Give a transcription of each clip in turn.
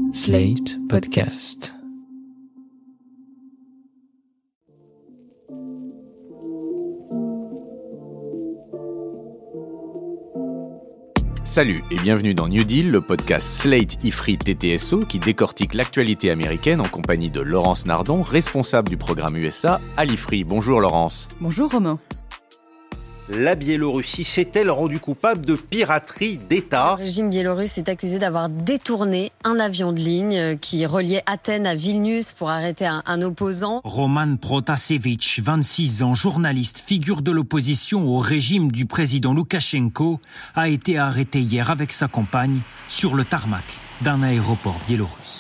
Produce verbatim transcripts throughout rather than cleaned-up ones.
Slate Podcast. Salut et bienvenue dans New Deal, le podcast Slate Ifri T T S O qui décortique l'actualité américaine en compagnie de Laurence Nardon, responsable du programme U S A à l'Ifri. Bonjour Laurence. Bonjour Romain. La Biélorussie s'est-elle rendue coupable de piraterie d'État ? Le régime biélorusse est accusé d'avoir détourné un avion de ligne qui reliait Athènes à Vilnius pour arrêter un, un opposant. Roman Protasevich, vingt-six ans, journaliste, figure de l'opposition au régime du président Loukachenko, a été arrêté hier avec sa compagne sur le tarmac d'un aéroport biélorusse.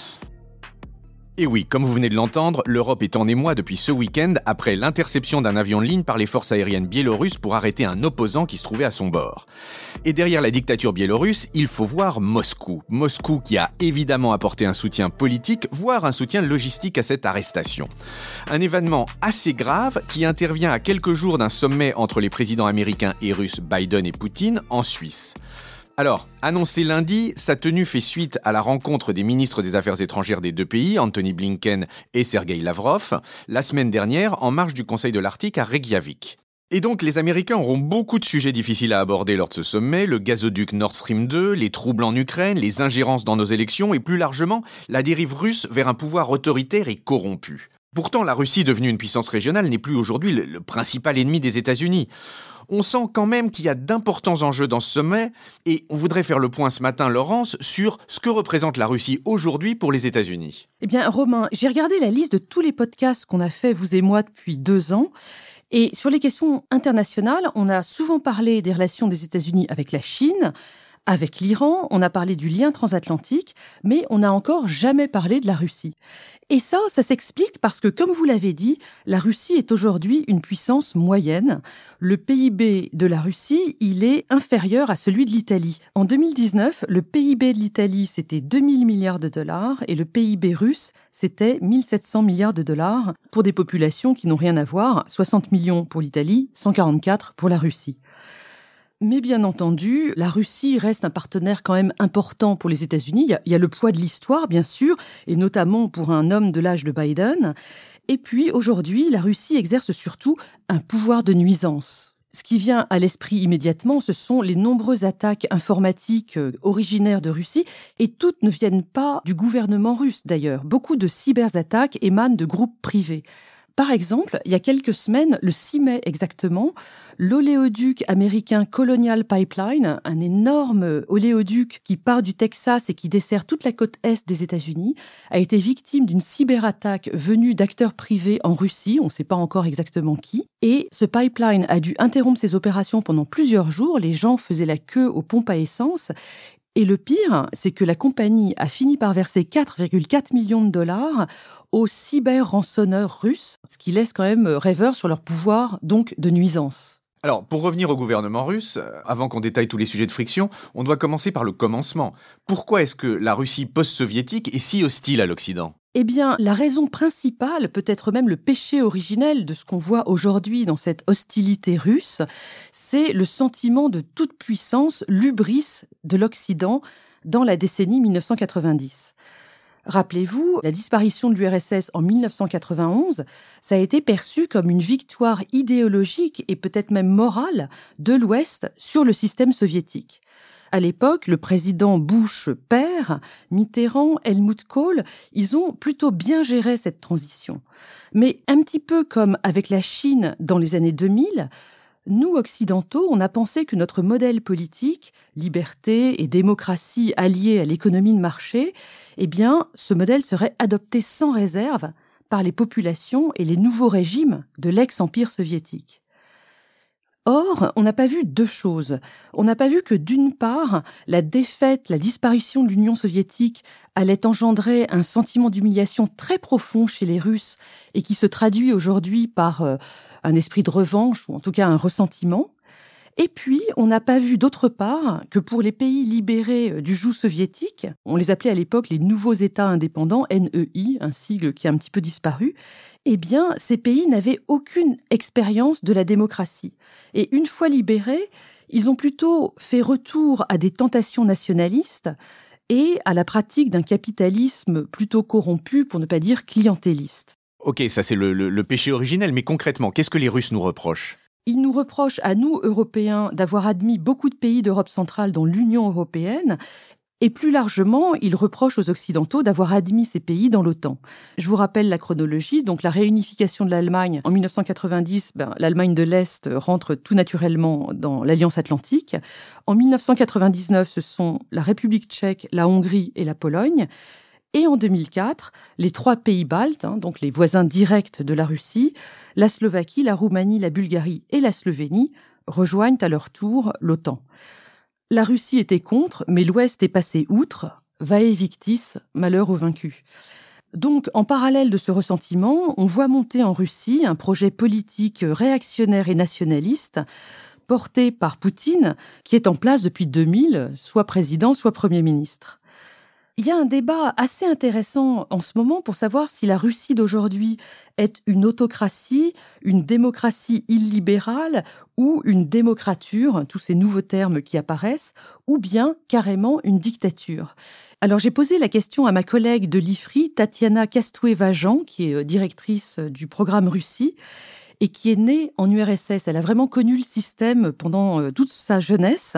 Et oui, comme vous venez de l'entendre, l'Europe est en émoi depuis ce week-end après l'interception d'un avion de ligne par les forces aériennes biélorusses pour arrêter un opposant qui se trouvait à son bord. Et derrière la dictature biélorusse, il faut voir Moscou. Moscou qui a évidemment apporté un soutien politique, voire un soutien logistique à cette arrestation. Un événement assez grave qui intervient à quelques jours d'un sommet entre les présidents américains et russes Biden et Poutine en Suisse. Alors, annoncé lundi, sa tenue fait suite à la rencontre des ministres des Affaires étrangères des deux pays, Antony Blinken et Sergei Lavrov, la semaine dernière en marge du Conseil de l'Arctique à Reykjavik. Et donc, les Américains auront beaucoup de sujets difficiles à aborder lors de ce sommet, le gazoduc Nord Stream deux, les troubles en Ukraine, les ingérences dans nos élections et plus largement, la dérive russe vers un pouvoir autoritaire et corrompu. Pourtant, la Russie, devenue une puissance régionale, n'est plus aujourd'hui le, le principal ennemi des États-Unis. On sent quand même qu'il y a d'importants enjeux dans ce sommet et on voudrait faire le point ce matin, Laurence, sur ce que représente la Russie aujourd'hui pour les États-Unis. Eh bien, Romain, j'ai regardé la liste de tous les podcasts qu'on a fait, vous et moi, depuis deux ans. Et sur les questions internationales, on a souvent parlé des relations des États-Unis avec la Chine, avec l'Iran, on a parlé du lien transatlantique, mais on n'a encore jamais parlé de la Russie. Et ça, ça s'explique parce que, comme vous l'avez dit, la Russie est aujourd'hui une puissance moyenne. Le P I B de la Russie, il est inférieur à celui de l'Italie. En deux mille dix-neuf, le P I B de l'Italie, c'était deux mille milliards de dollars et le P I B russe, c'était mille sept cents milliards de dollars pour des populations qui n'ont rien à voir, soixante millions pour l'Italie, cent quarante-quatre pour la Russie. Mais bien entendu, la Russie reste un partenaire quand même important pour les États-Unis. Il y a, il y a le poids de l'histoire, bien sûr, et notamment pour un homme de l'âge de Biden. Et puis, aujourd'hui, la Russie exerce surtout un pouvoir de nuisance. Ce qui vient à l'esprit immédiatement, ce sont les nombreuses attaques informatiques originaires de Russie, et toutes ne viennent pas du gouvernement russe d'ailleurs. Beaucoup de cyberattaques émanent de groupes privés. Par exemple, il y a quelques semaines, le six mai exactement, l'oléoduc américain Colonial Pipeline, un énorme oléoduc qui part du Texas et qui dessert toute la côte est des États-Unis, a été victime d'une cyberattaque venue d'acteurs privés en Russie, on ne sait pas encore exactement qui, et ce pipeline a dû interrompre ses opérations pendant plusieurs jours, les gens faisaient la queue aux pompes à essence. Et le pire, c'est que la compagnie a fini par verser quatre virgule quatre millions de dollars aux cyber-rançonneurs russes, ce qui laisse quand même rêveur sur leur pouvoir, donc, de nuisance. Alors, pour revenir au gouvernement russe, avant qu'on détaille tous les sujets de friction, on doit commencer par le commencement. Pourquoi est-ce que la Russie post-soviétique est si hostile à l'Occident ? Eh bien, la raison principale, peut-être même le péché originel de ce qu'on voit aujourd'hui dans cette hostilité russe, c'est le sentiment de toute puissance, l'hubris de l'Occident dans la décennie dix-neuf cent quatre-vingt-dix. Rappelez-vous, la disparition de l'U R S S en dix-neuf cent quatre-vingt-onze, ça a été perçu comme une victoire idéologique et peut-être même morale de l'Ouest sur le système soviétique. À l'époque, le président Bush père, Mitterrand, Helmut Kohl, ils ont plutôt bien géré cette transition. Mais un petit peu comme avec la Chine dans les années deux mille, nous, occidentaux, on a pensé que notre modèle politique, liberté et démocratie alliés à l'économie de marché, eh bien, ce modèle serait adopté sans réserve par les populations et les nouveaux régimes de l'ex-empire soviétique. Or, on n'a pas vu deux choses. On n'a pas vu que, d'une part, la défaite, la disparition de l'Union soviétique allait engendrer un sentiment d'humiliation très profond chez les Russes et qui se traduit aujourd'hui par euh, un esprit de revanche ou en tout cas un ressentiment. Et puis, on n'a pas vu d'autre part que pour les pays libérés du joug soviétique, on les appelait à l'époque les nouveaux États indépendants, N E I, un sigle qui a un petit peu disparu, eh bien, ces pays n'avaient aucune expérience de la démocratie. Et une fois libérés, ils ont plutôt fait retour à des tentations nationalistes et à la pratique d'un capitalisme plutôt corrompu, pour ne pas dire clientéliste. Ok, ça c'est le, le, le péché originel, mais concrètement, qu'est-ce que les Russes nous reprochent ? Ils nous reprochent à nous, Européens, d'avoir admis beaucoup de pays d'Europe centrale dans l'Union européenne. Et plus largement, ils reprochent aux Occidentaux d'avoir admis ces pays dans l'OTAN. Je vous rappelle la chronologie. Donc, la réunification de l'Allemagne en dix-neuf cent quatre-vingt-dix, ben, l'Allemagne de l'Est rentre tout naturellement dans l'Alliance Atlantique. En dix-neuf cent quatre-vingt-dix-neuf, ce sont la République tchèque, la Hongrie et la Pologne. Et en deux mille quatre, les trois pays baltes, hein, donc les voisins directs de la Russie, la Slovaquie, la Roumanie, la Bulgarie et la Slovénie, rejoignent à leur tour l'OTAN. La Russie était contre, mais l'Ouest est passé outre. Vae victis, malheur aux vaincus. Donc, en parallèle de ce ressentiment, on voit monter en Russie un projet politique réactionnaire et nationaliste porté par Poutine, qui est en place depuis deux mille, soit président, soit Premier ministre. Il y a un débat assez intéressant en ce moment pour savoir si la Russie d'aujourd'hui est une autocratie, une démocratie illibérale ou une démocrature, tous ces nouveaux termes qui apparaissent, ou bien carrément une dictature. Alors j'ai posé la question à ma collègue de l'I F R I, Tatiana Castoué-Vajan, qui est directrice du programme Russie, et qui est née en U R S S. Elle a vraiment connu le système pendant toute sa jeunesse.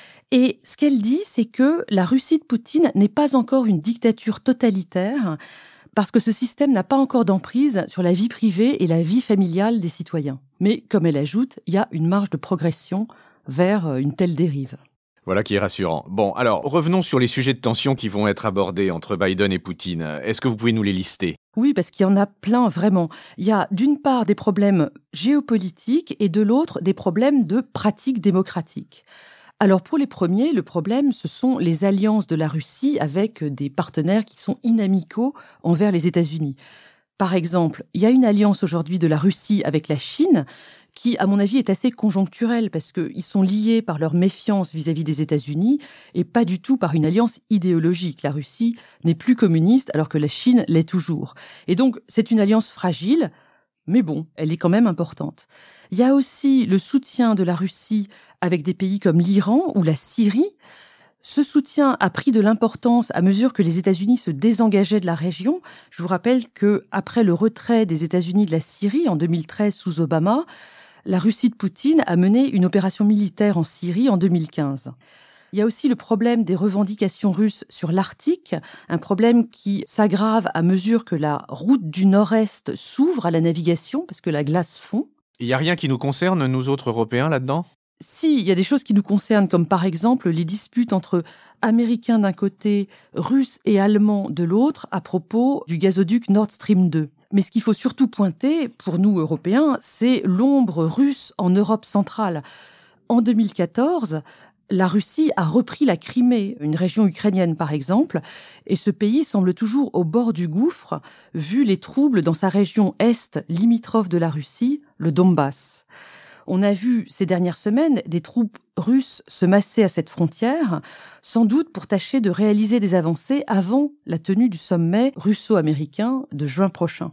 Et ce qu'elle dit, c'est que la Russie de Poutine n'est pas encore une dictature totalitaire parce que ce système n'a pas encore d'emprise sur la vie privée et la vie familiale des citoyens. Mais, comme elle ajoute, il y a une marge de progression vers une telle dérive. Voilà qui est rassurant. Bon, alors, revenons sur les sujets de tension qui vont être abordés entre Biden et Poutine. Est-ce que vous pouvez nous les lister ? Oui, parce qu'il y en a plein, vraiment. Il y a d'une part des problèmes géopolitiques et de l'autre des problèmes de pratiques démocratiques. Alors pour les premiers, le problème, ce sont les alliances de la Russie avec des partenaires qui sont inamicaux envers les États-Unis. Par exemple, il y a une alliance aujourd'hui de la Russie avec la Chine qui, à mon avis, est assez conjoncturelle parce qu'ils sont liés par leur méfiance vis-à-vis des États-Unis et pas du tout par une alliance idéologique. La Russie n'est plus communiste alors que la Chine l'est toujours. Et donc, c'est une alliance fragile, mais bon, elle est quand même importante. Il y a aussi le soutien de la Russie avec des pays comme l'Iran ou la Syrie. Ce soutien a pris de l'importance à mesure que les États-Unis se désengageaient de la région. Je vous rappelle que après le retrait des États-Unis de la Syrie en deux mille treize sous Obama, la Russie de Poutine a mené une opération militaire en Syrie en deux mille quinze. Il y a aussi le problème des revendications russes sur l'Arctique, un problème qui s'aggrave à mesure que la route du Nord-Est s'ouvre à la navigation parce que la glace fond. Il n'y a rien qui nous concerne, nous autres Européens, là-dedans ? Si, il y a des choses qui nous concernent, comme par exemple les disputes entre Américains d'un côté, Russes et Allemands de l'autre, à propos du gazoduc Nord Stream deux. Mais ce qu'il faut surtout pointer, pour nous Européens, c'est l'ombre russe en Europe centrale. En deux mille quatorze, la Russie a repris la Crimée, une région ukrainienne par exemple, et ce pays semble toujours au bord du gouffre, vu les troubles dans sa région est limitrophe de la Russie, le Donbass. On a vu ces dernières semaines des troupes russes se masser à cette frontière, sans doute pour tâcher de réaliser des avancées avant la tenue du sommet russo-américain de juin prochain.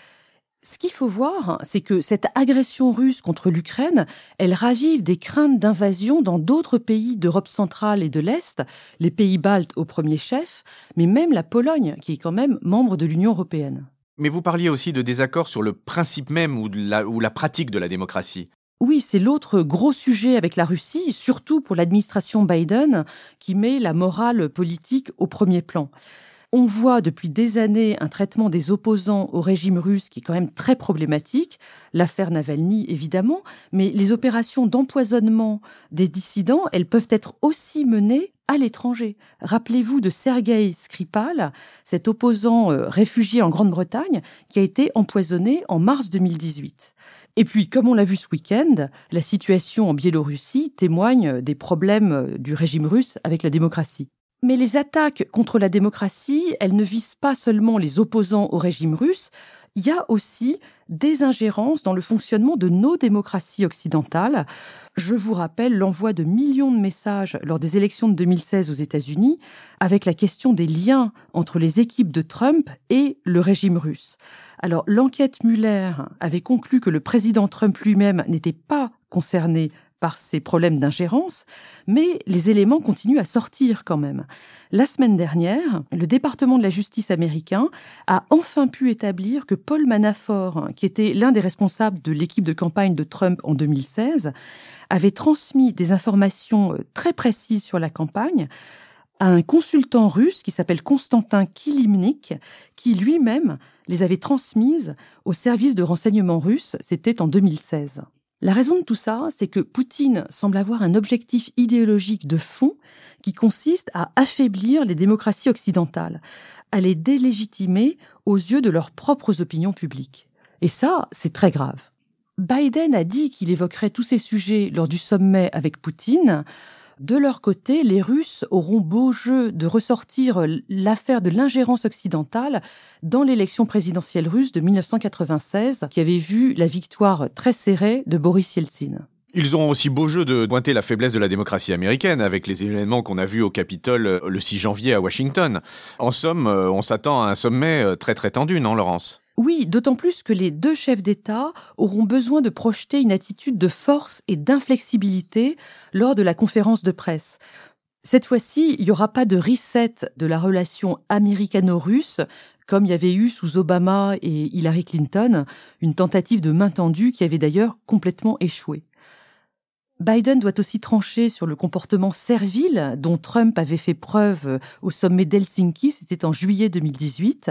Ce qu'il faut voir, c'est que cette agression russe contre l'Ukraine, elle ravive des craintes d'invasion dans d'autres pays d'Europe centrale et de l'Est, les pays baltes au premier chef, mais même la Pologne, qui est quand même membre de l'Union européenne. Mais vous parliez aussi de désaccords sur le principe même ou, de la, ou la pratique de la démocratie. Oui, c'est l'autre gros sujet avec la Russie, surtout pour l'administration Biden, qui met la morale politique au premier plan. On voit depuis des années un traitement des opposants au régime russe qui est quand même très problématique, l'affaire Navalny évidemment, mais les opérations d'empoisonnement des dissidents, elles peuvent être aussi menées à l'étranger. Rappelez-vous de Sergueï Skripal, cet opposant euh, réfugié en Grande-Bretagne, qui a été empoisonné en mars deux mille dix-huit. Et puis, comme on l'a vu ce week-end, la situation en Biélorussie témoigne des problèmes du régime russe avec la démocratie. Mais les attaques contre la démocratie, elles ne visent pas seulement les opposants au régime russe, il y a aussi des ingérences dans le fonctionnement de nos démocraties occidentales. Je vous rappelle l'envoi de millions de messages lors des élections de deux mille seize aux États-Unis avec la question des liens entre les équipes de Trump et le régime russe. Alors, l'enquête Mueller avait conclu que le président Trump lui-même n'était pas concerné par ces problèmes d'ingérence, mais les éléments continuent à sortir quand même. La semaine dernière, le département de la justice américain a enfin pu établir que Paul Manafort, qui était l'un des responsables de l'équipe de campagne de Trump en deux mille seize, avait transmis des informations très précises sur la campagne à un consultant russe qui s'appelle Konstantin Kilimnik, qui lui-même les avait transmises au service de renseignement russe, c'était en deux mille seize. La raison de tout ça, c'est que Poutine semble avoir un objectif idéologique de fond qui consiste à affaiblir les démocraties occidentales, à les délégitimer aux yeux de leurs propres opinions publiques. Et ça, c'est très grave. Biden a dit qu'il évoquerait tous ces sujets lors du sommet avec Poutine. De leur côté, les Russes auront beau jeu de ressortir l'affaire de l'ingérence occidentale dans l'élection présidentielle russe de dix-neuf cent quatre-vingt-seize, qui avait vu la victoire très serrée de Boris Yeltsin. Ils auront aussi beau jeu de pointer la faiblesse de la démocratie américaine avec les événements qu'on a vus au Capitole le six janvier à Washington. En somme, on s'attend à un sommet très très tendu, non, Laurence ? Oui, d'autant plus que les deux chefs d'État auront besoin de projeter une attitude de force et d'inflexibilité lors de la conférence de presse. Cette fois-ci, il n'y aura pas de reset de la relation américano-russe, comme il y avait eu sous Obama et Hillary Clinton, une tentative de main tendue qui avait d'ailleurs complètement échoué. Biden doit aussi trancher sur le comportement servile dont Trump avait fait preuve au sommet d'Helsinki, c'était en juillet deux mille dix-huit.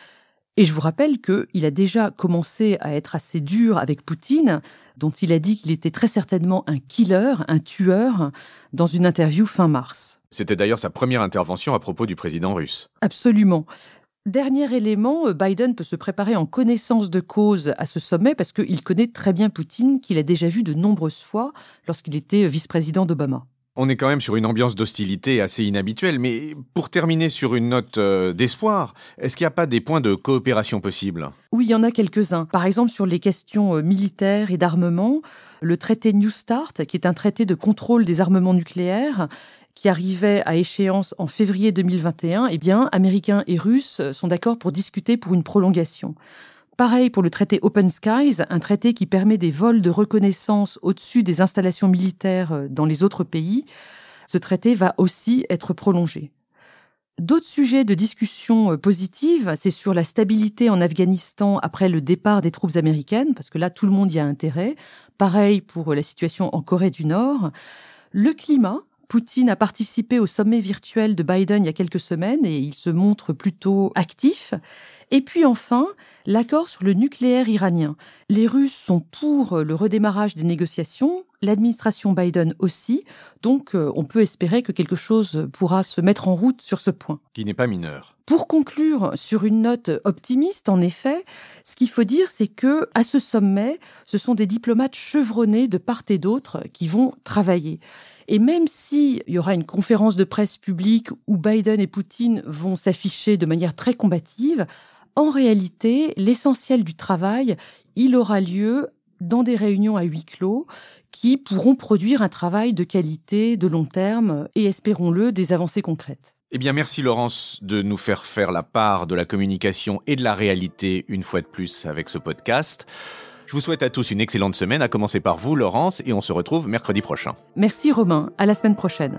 Et je vous rappelle qu'il a déjà commencé à être assez dur avec Poutine, dont il a dit qu'il était très certainement un killer, un tueur, dans une interview fin mars. C'était d'ailleurs sa première intervention à propos du président russe. Absolument. Dernier élément, Biden peut se préparer en connaissance de cause à ce sommet parce qu'il connaît très bien Poutine, qu'il a déjà vu de nombreuses fois lorsqu'il était vice-président d'Obama. On est quand même sur une ambiance d'hostilité assez inhabituelle, mais pour terminer sur une note euh, d'espoir, est-ce qu'il n'y a pas des points de coopération possibles ? Oui, il y en a quelques-uns. Par exemple, sur les questions euh, militaires et d'armement, le traité New Start, qui est un traité de contrôle des armements nucléaires, qui arrivait à échéance en février deux mille vingt et un, eh bien, Américains et Russes sont d'accord pour discuter pour une prolongation. Pareil pour le traité Open Skies, un traité qui permet des vols de reconnaissance au-dessus des installations militaires dans les autres pays. Ce traité va aussi être prolongé. D'autres sujets de discussion positive, c'est sur la stabilité en Afghanistan après le départ des troupes américaines, parce que là, tout le monde y a intérêt. Pareil pour la situation en Corée du Nord. Le climat. Poutine a participé au sommet virtuel de Biden il y a quelques semaines et il se montre plutôt actif. Et puis enfin, l'accord sur le nucléaire iranien. Les Russes sont pour le redémarrage des négociations, l'administration Biden aussi, donc on peut espérer que quelque chose pourra se mettre en route sur ce point. Qui n'est pas mineur. Pour conclure sur une note optimiste, en effet, ce qu'il faut dire, c'est que à ce sommet, ce sont des diplomates chevronnés de part et d'autre qui vont travailler. Et même s'il y aura une conférence de presse publique où Biden et Poutine vont s'afficher de manière très combative, en réalité, l'essentiel du travail, il aura lieu dans des réunions à huis clos qui pourront produire un travail de qualité, de long terme et, espérons-le, des avancées concrètes. Eh bien, merci Laurence de nous faire faire la part de la communication et de la réalité une fois de plus avec ce podcast. Je vous souhaite à tous une excellente semaine, à commencer par vous Laurence, et on se retrouve mercredi prochain. Merci Romain, à la semaine prochaine.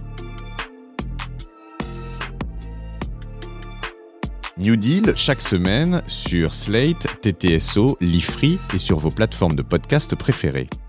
New Deal, chaque semaine sur Slate, T T S O, Lifree et sur vos plateformes de podcast préférées.